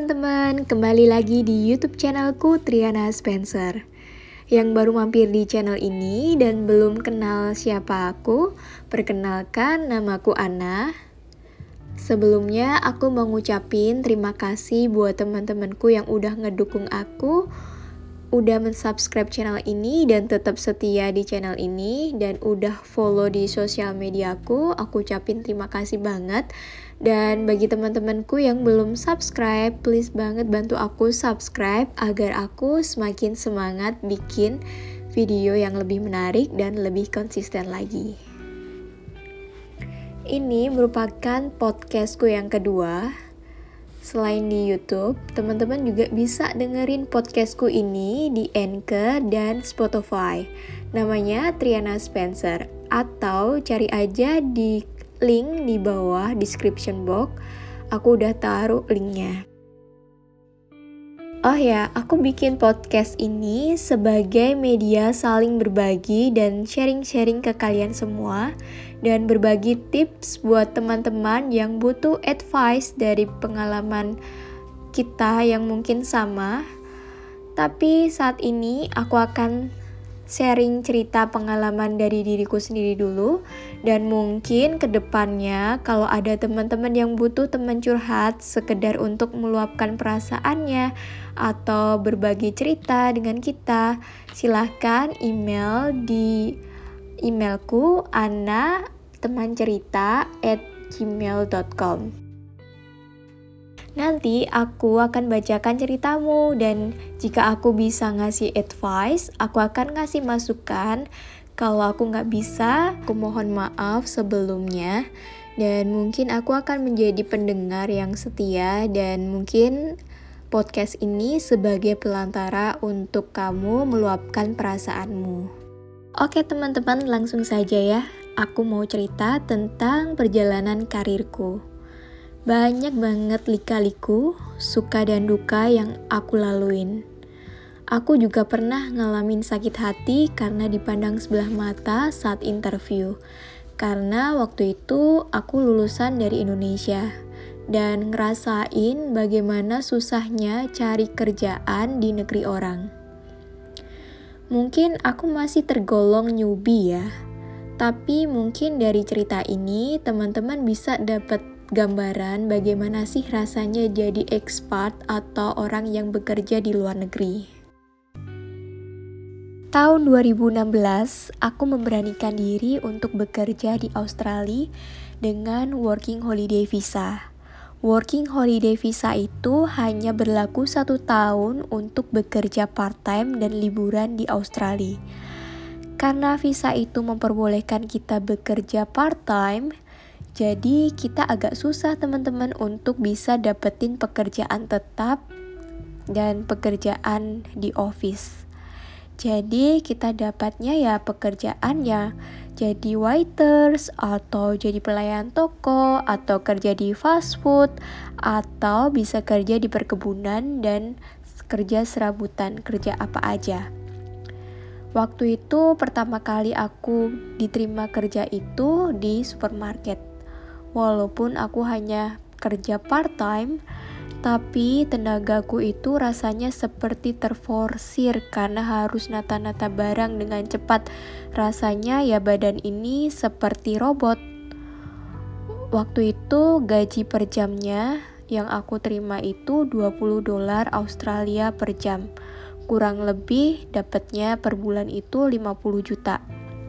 teman-teman, kembali lagi di YouTube channelku Triana Spencer. Yang baru mampir di channel ini dan belum kenal siapa aku, perkenalkan namaku Anna. Sebelumnya aku mau ngucapin terima kasih buat teman-temanku yang udah ngedukung aku, udah mensubscribe channel ini dan tetap setia di channel ini, dan udah follow di sosial mediaku. Aku ucapin terima kasih banget. Dan bagi teman-temanku yang belum subscribe, please banget bantu aku subscribe agar aku semakin semangat bikin video yang lebih menarik dan lebih konsisten lagi. Ini merupakan podcastku yang kedua. Selain di YouTube, teman-teman juga bisa dengerin podcastku ini di Anchor dan Spotify. Namanya Triana Spencer, atau cari aja di link di bawah description box. Aku udah taruh linknya. Oh ya, aku bikin podcast ini sebagai media saling berbagi dan sharing-sharing ke kalian semua, dan berbagi tips buat teman-teman yang butuh advice dari pengalaman kita yang mungkin sama. Tapi saat ini aku akan sharing cerita pengalaman dari diriku sendiri dulu, dan mungkin kedepannya kalau ada teman-teman yang butuh teman curhat sekedar untuk meluapkan perasaannya atau berbagi cerita dengan kita, silahkan email di emailku anna@temancerita@gmail.com. Nanti aku akan bacakan ceritamu, dan jika aku bisa ngasih advice, aku akan ngasih masukan. Kalau aku nggak bisa, aku mohon maaf sebelumnya. Dan mungkin aku akan menjadi pendengar yang setia, dan mungkin podcast ini sebagai pelantara untuk kamu meluapkan perasaanmu. Oke teman-teman, langsung saja ya. Aku mau cerita tentang perjalanan karirku. Banyak banget lika-liku, suka dan duka yang aku laluin. Aku juga pernah ngalamin sakit hati karena dipandang sebelah mata saat interview. Karena waktu itu aku lulusan dari Indonesia dan ngerasain bagaimana susahnya cari kerjaan di negeri orang. Mungkin aku masih tergolong newbie ya. Tapi mungkin dari cerita ini teman-teman bisa dapat gambaran bagaimana sih rasanya jadi expat atau orang yang bekerja di luar negeri. Tahun 2016, aku memberanikan diri untuk bekerja di Australia dengan Working Holiday Visa. Working Holiday Visa itu hanya berlaku 1 tahun untuk bekerja part-time dan liburan di Australia. Karena visa itu memperbolehkan kita bekerja part-time, jadi kita agak susah teman-teman untuk bisa dapetin pekerjaan tetap dan pekerjaan di office. Jadi kita dapatnya ya pekerjaan ya jadi waiters, atau jadi pelayan toko, atau kerja di fast food, atau bisa kerja di perkebunan dan kerja serabutan, kerja apa aja. Waktu itu pertama kali aku diterima kerja itu di supermarket. Walaupun aku hanya kerja part-time, tapi tenagaku itu rasanya seperti terforsir karena harus nata-nata barang dengan cepat. Rasanya ya badan ini seperti robot. Waktu itu gaji per jamnya yang aku terima itu $20 Australia per jam. Kurang lebih dapatnya per bulan itu 50 juta.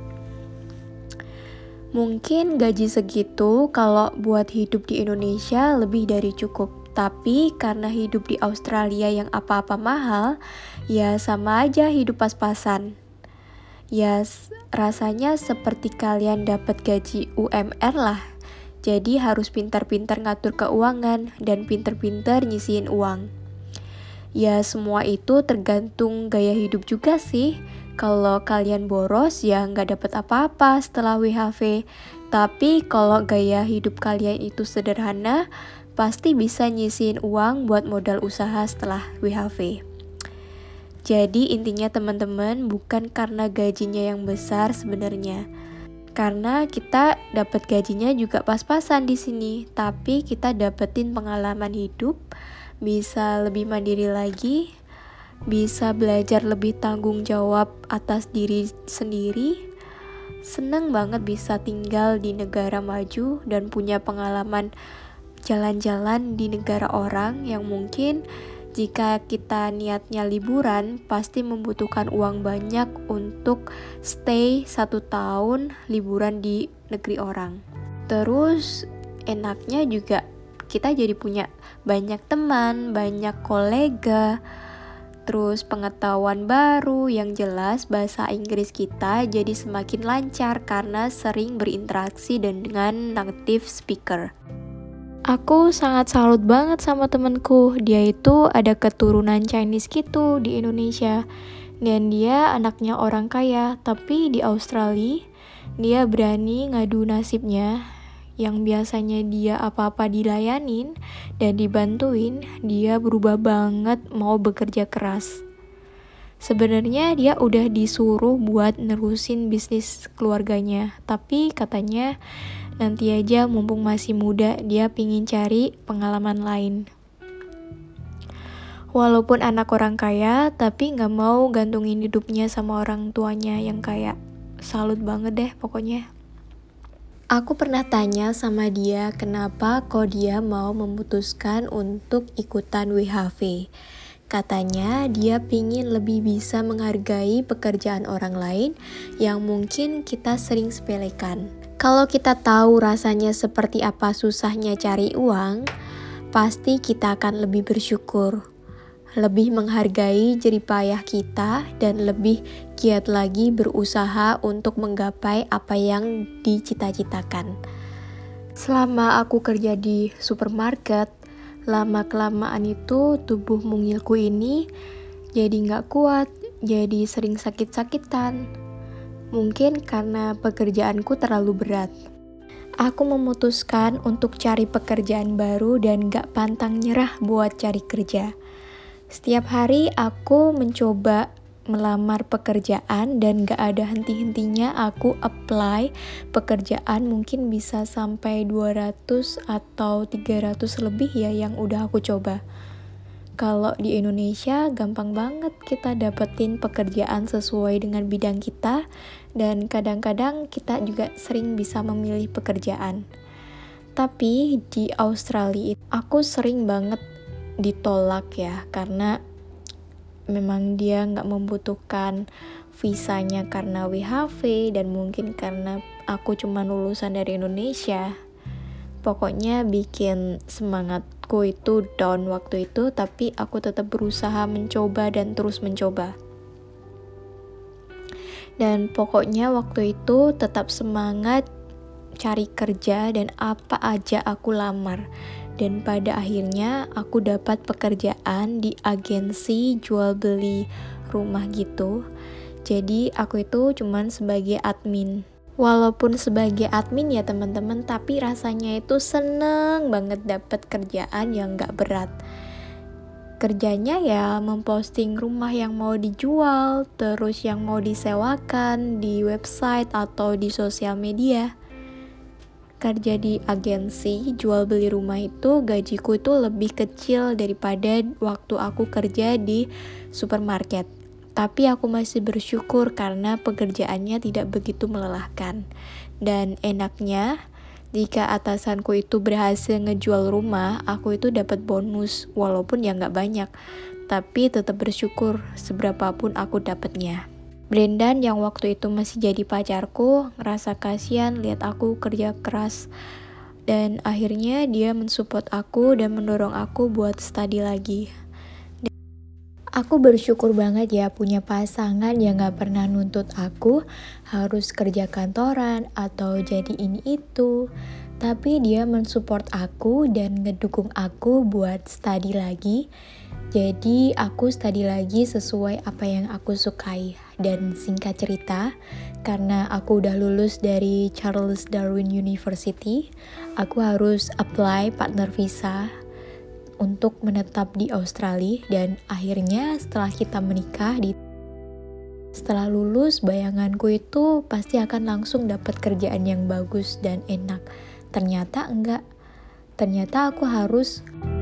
Mungkin gaji segitu kalau buat hidup di Indonesia lebih dari cukup. Tapi karena hidup di Australia yang apa-apa mahal, ya sama aja hidup pas-pasan. Ya rasanya seperti kalian dapat gaji UMR lah. Jadi harus pintar-pintar ngatur keuangan dan pintar-pintar nyisihin uang. Ya semua itu tergantung gaya hidup juga sih. Kalau kalian boros ya nggak dapat apa-apa setelah WHV. Tapi kalau gaya hidup kalian itu sederhana, pasti bisa nyisihin uang buat modal usaha setelah WHV. Jadi intinya teman-teman, bukan karena gajinya yang besar sebenarnya. Karena kita dapat gajinya juga pas-pasan di sini, tapi kita dapetin pengalaman hidup, bisa lebih mandiri lagi, bisa belajar lebih tanggung jawab atas diri sendiri. Senang banget bisa tinggal di negara maju dan punya pengalaman jalan-jalan di negara orang yang mungkin jika kita niatnya liburan pasti membutuhkan uang banyak untuk stay 1 tahun liburan di negeri orang. Terus enaknya juga kita jadi punya banyak teman, banyak kolega, terus pengetahuan baru. Yang jelas bahasa Inggris kita jadi semakin lancar karena sering berinteraksi dengan native speaker. Aku sangat salut banget sama temenku. Dia itu ada keturunan Chinese gitu di Indonesia. Dan dia anaknya orang kaya, tapi di Australia dia berani ngadu nasibnya. Yang biasanya dia apa-apa dilayanin dan dibantuin, dia berubah banget mau bekerja keras. Sebenarnya dia udah disuruh buat nerusin bisnis keluarganya, tapi katanya nanti aja mumpung masih muda, dia pingin cari pengalaman lain. Walaupun anak orang kaya, tapi gak mau gantungin hidupnya sama orang tuanya yang kaya. Salut banget deh pokoknya. Aku pernah tanya sama dia kenapa kok dia mau memutuskan untuk ikutan WHV. Katanya dia pingin lebih bisa menghargai pekerjaan orang lain yang mungkin kita sering sepelekan. Kalau kita tahu rasanya seperti apa susahnya cari uang, pasti kita akan lebih bersyukur, lebih menghargai jerih payah kita, dan lebih giat lagi berusaha untuk menggapai apa yang dicita-citakan. Selama aku kerja di supermarket, lama-kelamaan itu tubuh mungilku ini jadi gak kuat, jadi sering sakit-sakitan. Mungkin karena pekerjaanku terlalu berat. Aku memutuskan untuk cari pekerjaan baru dan gak pantang nyerah buat cari kerja. Setiap hari aku mencoba melamar pekerjaan dan gak ada henti-hentinya aku apply pekerjaan, mungkin bisa sampai 200 atau 300 lebih ya yang udah aku coba. Kalau di Indonesia gampang banget kita dapetin pekerjaan sesuai dengan bidang kita, dan kadang-kadang kita juga sering bisa memilih pekerjaan. Tapi di Australia aku sering banget ditolak ya, karena memang dia nggak membutuhkan visanya karena WHV, dan mungkin karena aku cuma lulusan dari Indonesia. Pokoknya bikin semangatku itu down waktu itu, tapi aku tetap berusaha mencoba dan terus mencoba. Dan pokoknya waktu itu tetap semangat cari kerja dan apa aja aku lamar. Dan pada akhirnya aku dapat pekerjaan di agensi jual beli rumah gitu. Jadi aku itu cuman sebagai admin. Walaupun sebagai admin ya teman-teman, tapi rasanya itu seneng banget dapat kerjaan yang gak berat. Kerjanya ya memposting rumah yang mau dijual, terus yang mau disewakan di website atau di sosial media. Kerja di agensi jual beli rumah itu gajiku itu lebih kecil daripada waktu aku kerja di supermarket. Tapi aku masih bersyukur karena pekerjaannya tidak begitu melelahkan. Dan enaknya, jika atasanku itu berhasil ngejual rumah, aku itu dapat bonus, walaupun ya nggak banyak. Tapi tetap bersyukur seberapapun aku dapatnya. Brendan yang waktu itu masih jadi pacarku, ngerasa kasihan lihat aku kerja keras. Dan akhirnya dia mensupport aku dan mendorong aku buat study lagi. Aku bersyukur banget ya punya pasangan yang gak pernah nuntut aku harus kerja kantoran atau jadi ini itu. Tapi dia mensupport aku dan ngedukung aku buat study lagi. Jadi aku study lagi sesuai apa yang aku sukai. Dan singkat cerita, karena aku udah lulus dari Charles Darwin University, aku harus apply partner visa untuk menetap di Australia. Dan akhirnya setelah kita menikah, setelah lulus, bayanganku itu pasti akan langsung dapat kerjaan yang bagus dan enak. Ternyata enggak. Ternyata aku harus